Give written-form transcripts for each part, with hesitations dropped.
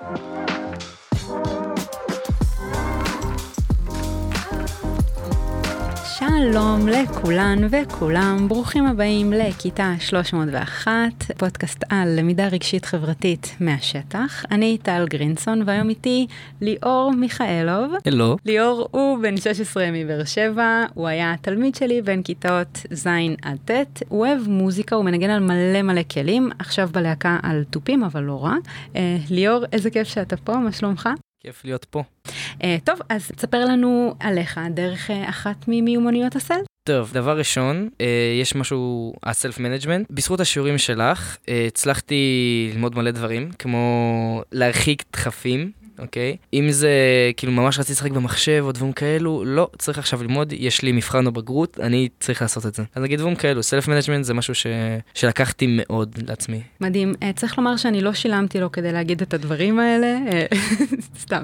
שלום לכולן וכולם, ברוכים הבאים לכיתה 301, פודקאסט על למידה רגשית חברתית מהשטח. אני טל גרינסון והיום איתי ליאור מיכאלוב. הלו. ליאור הוא בן 16 מבאר שבע, הוא היה תלמיד שלי בין כיתות ז' עד ט', הוא אוהב מוזיקה, הוא מנגן על מלא כלים, עכשיו בלהקה על טופים אבל לא רע. ליאור, איזה כיף שאתה פה, מה שלומך? כיף להיות פה. טוב, אז תספר לנו עליך דרך אחת ממיומנויות הסל. טוב, דבר ראשון, יש משהו, הסלף-מנג'מנט. בזכות השיעורים שלך, הצלחתי ללמוד מלא דברים, כמו להרחיק דחפים, אוקיי? אם זה, כאילו, ממש רציתי לשחק במחשב או דברים כאלו, לא, צריך עכשיו ללמוד, יש לי מבחן או בגרות, אני צריך לעשות את זה. אז נגיד דברים כאלו, סלף-מנג'מנט זה משהו שלקחתי מאוד לעצמי. מדהים. צריך לומר שאני לא שילמתי לו כדי להגיד את הדברים האלה. סתם.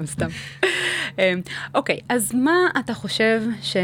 אוקיי, אז מה אתה חושב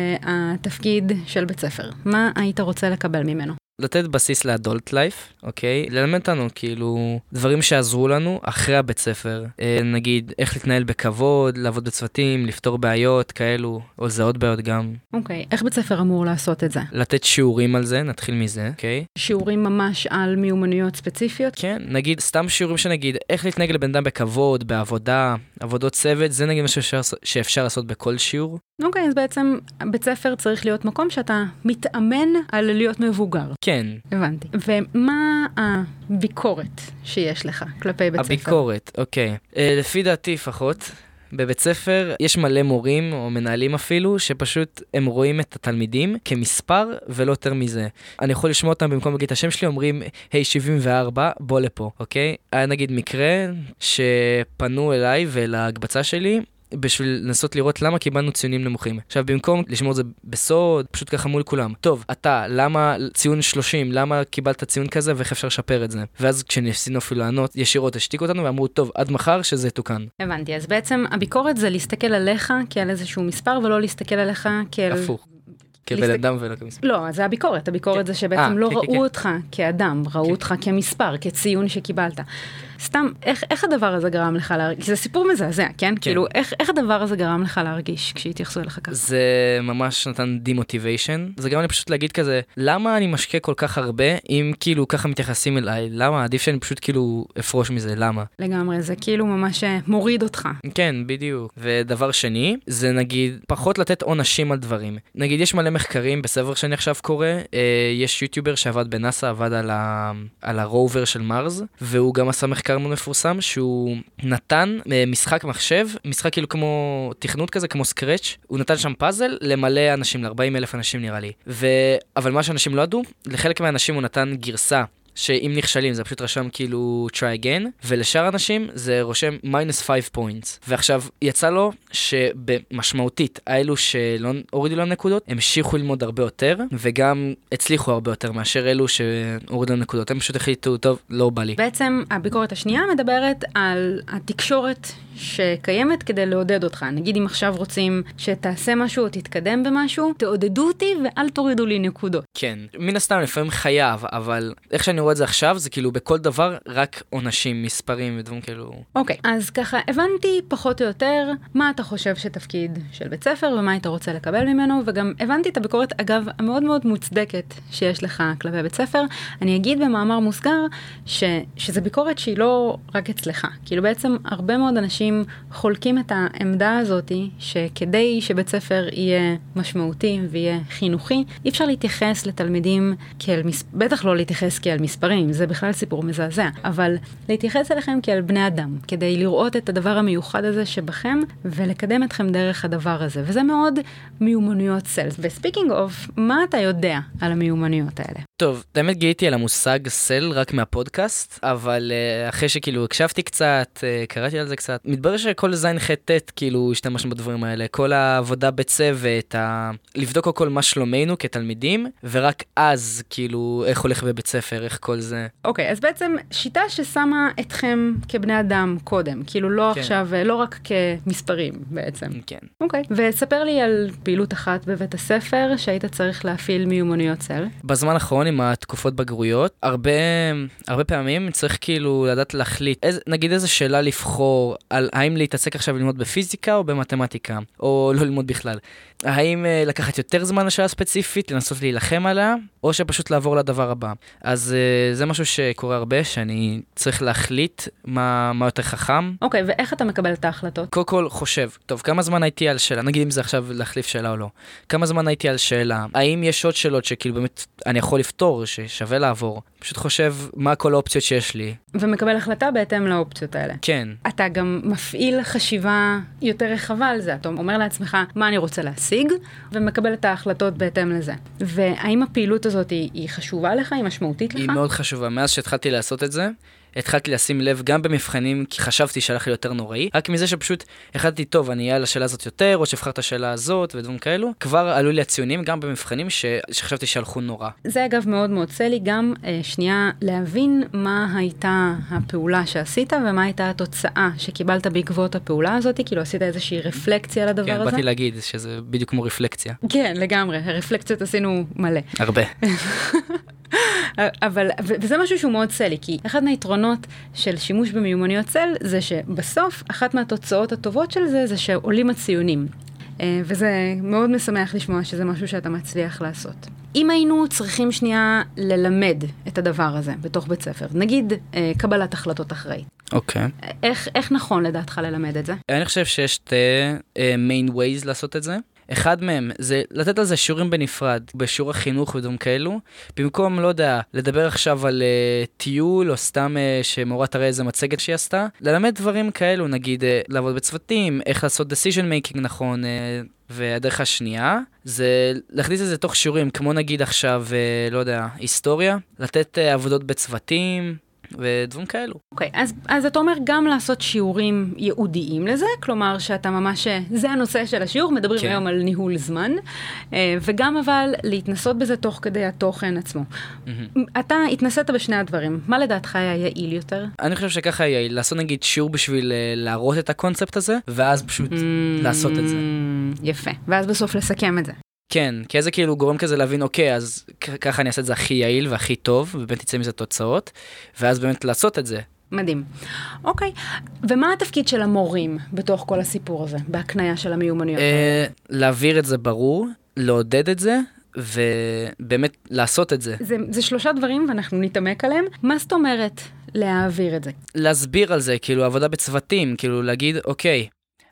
שהתפקיד של בית ספר? מה היית רוצה לקבל ממנו? לתת בסיס לאדולט לייף, אוקיי? ללמד אותנו, כאילו, דברים שעזרו לנו אחרי הבית ספר. נגיד, איך להתנהל בכבוד, לעבוד בצוותים, לפתור בעיות, כאלו, או לזהות בעיות גם. אוקיי, איך בית ספר אמור לעשות את זה? לתת שיעורים על זה, נתחיל מזה, אוקיי? שיעורים ממש על מיומנויות ספציפיות? כן, נגיד, סתם שיעורים שנגיד, איך להתנהג לבן אדם בכבוד, בעבודה, עבודות צוות, זה נגיד משהו שאפשר לעשות בכל שיעור. אוקיי, אז בעצם בית ספר צריך להיות מקום שאתה מתאמן על להיות מבוגר. כן. הבנתי. ומה הביקורת שיש לך כלפי בית ספר? הביקורת, אוקיי. לפי דעתי לפחות, בבית ספר יש מלא מורים או מנהלים אפילו, שפשוט הם רואים את התלמידים כמספר ולא יותר מזה. אני יכול לשמוע אותם במקום להגיד את השם שלי, אומרים, היי 74, בוא לפה, אוקיי? היה נגיד מקרה שפנו אליי ולהקבצה שלי, בשביל לנסות לראות למה קיבלנו ציונים נמוכים. עכשיו, במקום לשמור את זה בסוד, פשוט ככה מול כולם. טוב, אתה, למה ציון 30, למה קיבלת ציון כזה ואיך אפשר לשפר את זה? ואז כשניסינו אפילו לענות, ישירות השתיקו אותנו ואמרו, טוב, עד מחר שזה תוקן. הבנתי, אז בעצם הביקורת זה להסתכל עליך כעל איזשהו מספר, ולא להסתכל עליך כעל... הפוך. כבן אדם ולא כמספר. לא, זה הביקורת. הביקורת זה שבעצם לא ראו אותך כאדם, ראו אותך כמספר, כציון שקיבלת. סתם, איך הדבר הזה גרם לך להרגיש? זה סיפור מזעזע, כן? כאילו, איך הדבר הזה גרם לך להרגיש כשהתייחסו אליך ככה? זה ממש נתן דימוטיביישן. זה גרם לי פשוט להגיד כזה, למה אני משקע כל כך הרבה, אם כאילו ככה מתייחסים אליי? למה? עדיף שאני פשוט כאילו אפרוש מזה, למה? לגמרי, זה כאילו ממש מוריד אותך. כן, בדיוק. ודבר שני, זה נגיד, פחות לתת עונשים על דברים. נגיד, יש מלא מחקרים בספר שאני עכשיו קורא, יש יוטיובר שעבד בנאסא, עבד על הרובר של מרס, והוא גם עשה מחקר מאוד מפורסם, שהוא נתן משחק מחשב, משחק כאילו כמו תכנות כזה, כמו סקרץ', הוא נתן שם פאזל למלא אנשים, ל-40,000 אנשים נראה לי. אבל מה שאנשים לא ידעו, לחלק מהאנשים הוא נתן גרסה, שאם נכשלים זה פשוט רשם כאילו try again, ולשאר אנשים זה רושם -5 points. ועכשיו יצא לו שבמשמעותית, האלו שלא הורידו להם נקודות, הם המשיכו ללמוד הרבה יותר, וגם הצליחו הרבה יותר מאשר אלו שהורידו להם נקודות. הם פשוט החליטו, טוב, לא בא לי. בעצם הביקורת השנייה מדברת על התקשורת שקיימת כדי לעודד אותך. נגיד אם עכשיו רוצים שתעשה משהו או תתקדם במשהו, תעודדו אותי ואל תורידו לי נקודות. כן, מן הסתם לפעמים חייב, אבל איך שאני רואה את זה עכשיו, זה כאילו בכל דבר רק עונשים, מספרים ודברים כאילו... אוקיי, אז ככה הבנתי פחות או יותר מה אתה חושב שתפקיד של בית ספר ומה היית רוצה לקבל ממנו, וגם הבנתי את הביקורת, אגב, המאוד מאוד מוצדקת שיש לך כלפי בית ספר. אני אגיד במאמר מוסגר שזה ביקורת שהיא לא רק אצלך. כאילו בעצם הרבה מאוד אנשים חולקים את העמדה הזאת שכדי שבית ספר יהיה משמעותי ויהיה חינוכי, אי אפשר להתייחס לתלמידים בטח לא להתייחס כאל מספרים, זה בכלל סיפור מזעזע, אבל להתייחס אליכם כאל בני אדם, כדי לראות את הדבר המיוחד הזה שבכם ולקדם אתכם דרך הדבר הזה, וזה מאוד מיומנויות סלס. וספיקינג אוף, מה אתה יודע על המיומנויות האלה? טוב, באמת גיליתי על המושג סל רק מהפודקאסט, אבל אחרי שכאילו הקשבתי קצת, קראתי על זה קצת, מתברר שכל זין חטט כאילו השתמש בדברים האלה, כל העבודה בצוות, לבדוק כל מה שלומנו כתלמידים, ורק אז כאילו איך הולך בבית ספר, איך כל זה. אוקיי, אז בעצם שיטה ששמה אתכם כבני אדם קודם, כאילו לא כן. עכשיו, לא רק כמספרים בעצם. כן. אוקיי, וספר לי על פעילות אחת בבית הספר שהיית צריך להפעיל מיומנויות סל. בזמן האחרון עם התקופות בגרויות, הרבה פעמים צריך כאילו לדעת להחליט, נגיד איזה שאלה לבחור, על האם להתעסק עכשיו ללמוד בפיזיקה או במתמטיקה, או לא ללמוד בכלל. האם לקחת יותר זמן לשאלה ספציפית, לנסות להילחם עליה, או שפשוט לעבור לדבר הבא. אז זה משהו שקורה הרבה, שאני צריך להחליט מה יותר חכם. אוקיי, ואיך אתה מקבל את ההחלטות? קודם כל חושב, טוב, כמה זמן הייתי על שאלה, נגיד אם זה עכשיו להחליף שאלה או לא. כמה זמן הייתי על שאלה? האם יש עוד שאלות שכאילו באמת אני יכול לפתור, ששווה לעבור? פשוט חושב מה כל האופציות שיש לי. ומקבל החלטה בהתאם לאופציות האלה. כן. אתה גם מפעיל חשיבה יותר רחבה על זה. אתה אומר לעצמך מה אני רוצה להשיג, ומקבל את ההחלטות בהתאם לזה. והאם הפעילות הזאת היא חשובה לך? היא משמעותית לך? היא מאוד חשובה. מאז שהתחלתי לעשות את זה, התחלתי לשים לב גם במבחנים, כי חשבתי שהלך לי יותר נוראי, רק מזה שפשוט החלטתי, טוב, אני אהיה על השאלה הזאת יותר, או שאבחר את השאלה הזאת, ודברים כאלו, כבר עלו לי הציונים גם במבחנים שחשבתי שהלכו נורא. זה אגב מאוד מאוד עושה לי גם שנייה להבין מה הייתה הפעולה שעשית, ומה הייתה התוצאה שקיבלת בעקבות הפעולה הזאת, כאילו עשית איזושהי רפלקציה על הדבר כן, הזה. באתי להגיד שזה בדיוק כמו רפלקציה. כן, לגמרי, הרפלקציות עשינו מלא. הרבה. וזה משהו שהוא מאוד סלי, כי אחד מהיתרונות של שימוש במיומנויות צל, זה שבסוף, אחת מהתוצאות הטובות של זה, זה שעולים הציונים. וזה מאוד משמח לשמוע שזה משהו שאתה מצליח לעשות. אם היינו צריכים שנייה ללמד את הדבר הזה בתוך בית ספר, נגיד קבלת החלטות אחראית. אוקיי. איך נכון לדעתך ללמד את זה? אני חושב שיש שתי main ways לעשות את זה. אחד מהם זה לתת על זה שיעורים בנפרד, בשיעור החינוך ודברים כאלו, במקום, לא יודע, לדבר עכשיו על טיול, או סתם שמורה תראה איזה מצגת שהיא עשתה, ללמד דברים כאלו, נגיד לעבוד בצוותים, איך לעשות decision making נכון, והדרך השנייה, זה להכניס את זה תוך שיעורים, כמו נגיד עכשיו, לא יודע, היסטוריה, לתת עבודות בצוותים, ודברים כאלו. אוקיי, אז אתה אומר גם לעשות שיעורים ייעודיים לזה, כלומר שאתה ממש, זה הנושא של השיעור, מדברים היום על ניהול זמן, וגם אבל להתנסות בזה תוך כדי התוכן עצמו. אתה התנסית בשני הדברים, מה לדעתך היה יעיל יותר? אני חושב שככה יעיל, לעשות נגיד שיעור בשביל להראות את הקונספט הזה, ואז פשוט לעשות את זה. יפה, ואז בסוף לסכם את זה. כן, כי זה כאילו גורם כזה להבין, אוקיי, אז ככה אני אעשה את זה הכי יעיל והכי טוב, ובאמת יצא מזה תוצאות, ואז באמת לעשות את זה. מדהים. אוקיי, ומה התפקיד של המורים בתוך כל הסיפור הזה, בהקניה של המיומנויות? להעביר את זה ברור, לעודד את זה, ובאמת לעשות את זה. זה שלושה דברים ואנחנו נתעמק עליהם. מה זאת אומרת להעביר את זה? להסביר על זה, כאילו עבודה בצוותים, כאילו להגיד, אוקיי,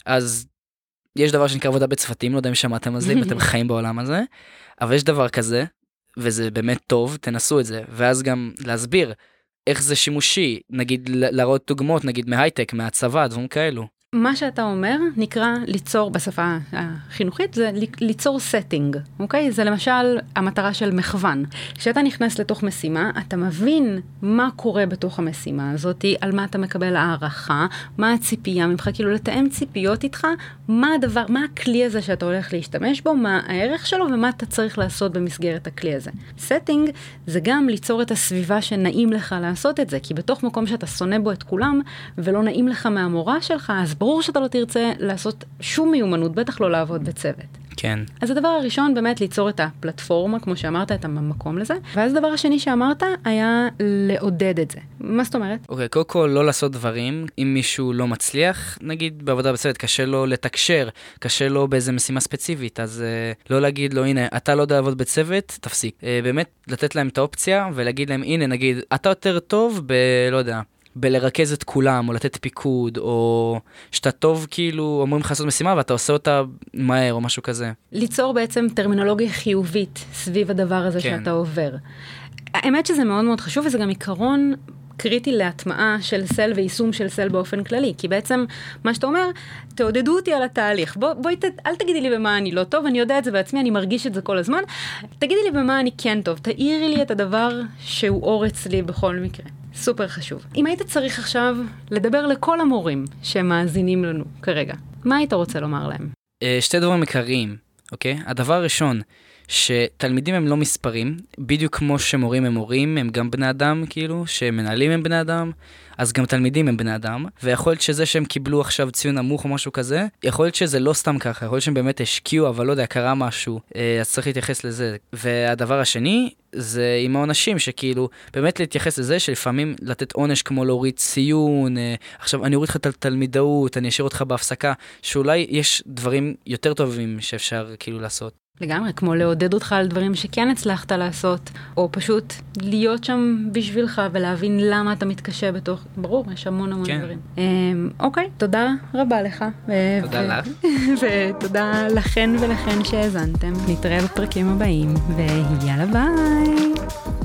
אז יש דבר שנקרא עבודה בצוותים, לא יודע אם שמעתם על זה, אם אתם חיים בעולם הזה, אבל יש דבר כזה, וזה באמת טוב, תנסו את זה, ואז גם להסביר איך זה שימושי, נגיד להראות דוגמאות, נגיד מהייטק, מהצבא, דברים כאלו. מה שאתה אומר נקרא ליצור, בשפה החינוכית, זה ליצור setting, אוקיי? זה למשל המטרה של מכוון. כשאתה נכנס לתוך משימה, אתה מבין מה קורה בתוך המשימה הזאת, על מה אתה מקבל הערכה, מה הציפייה ממך, כאילו לתאם ציפיות איתך, מה הדבר, מה הכלי הזה שאתה הולך להשתמש בו, מה הערך שלו ומה אתה צריך לעשות במסגרת הכלי הזה. setting זה גם ליצור את הסביבה שנעים לך לעשות את זה, כי בתוך מקום שאתה שונא בו את כולם, ולא נעים לך מהמורה שלך, אז ברור שאתה לא תרצה לעשות שום מיומנות, בטח לא לעבוד בצוות. כן. אז הדבר הראשון באמת ליצור את הפלטפורמה, כמו שאמרת, את המקום לזה. ואז הדבר השני שאמרת היה לעודד את זה. מה זאת אומרת? אוקיי, קודם כל לא לעשות דברים. אם מישהו לא מצליח, נגיד בעבודה בצוות, קשה לו לתקשר, קשה לו באיזה משימה ספציפית, אז לא להגיד לו, הנה, אתה לא יודע לעבוד בצוות, תפסיק. באמת לתת להם את האופציה ולהגיד להם, הנה, נגיד, אתה יותר טוב לא יודע, בלרכז את כולם, או לתת פיקוד, או שאתה טוב כאילו, אומרים לך לעשות משימה, ואתה עושה אותה מהר, או משהו כזה. ליצור בעצם טרמינולוגיה חיובית סביב הדבר הזה כן. שאתה עובר. האמת שזה מאוד מאוד חשוב, וזה גם עיקרון קריטי להטמעה של סל ויישום של סל באופן כללי, כי בעצם מה שאתה אומר, תעודדו אותי על התהליך, אל תגידי לי במה אני לא טוב, אני יודע את זה בעצמי, אני מרגיש את זה כל הזמן, תגידי לי במה אני כן טוב, תאירי לי את הדבר שהוא אור אצלי בכל מקרה. סופר חשוב. אם היית צריך עכשיו לדבר לכל המורים שמאזינים לנו כרגע, מה היית רוצה לומר להם? שתי דברים עיקריים, אוקיי? הדבר הראשון, שתלמידים הם לא מספרים, בדיוק כמו שמורים הם מורים, הם גם בני אדם, כאילו, שמנהלים הם בני אדם, אז גם תלמידים הם בני אדם, ויכול להיות שזה שהם קיבלו עכשיו ציון נמוך או משהו כזה, יכול להיות שזה לא סתם ככה, יכול להיות שהם באמת השקיעו, אבל לא יודע, קרה משהו, אז צריך להתייחס לזה. והדבר השני, זה עם העונשים, שכאילו, באמת להתייחס לזה, שלפעמים לתת עונש כמו להוריד ציון, עכשיו אני אוריד לך את התלמידאות, אני אשאיר אותך בהפסקה, שאולי יש דברים יותר טובים שאפשר כאילו לעשות. לגמרי, כמו לעודד אותך על דברים שכן הצלחת לעשות, או פשוט להיות שם בשבילך ולהבין למה אתה מתקשה בתוך, ברור, יש המון כן. דברים. אוקיי, תודה רבה לך. תודה לך. ותודה לכן ולכן שהאזנתם. נתראה בפרקים הבאים, ויאללה ביי.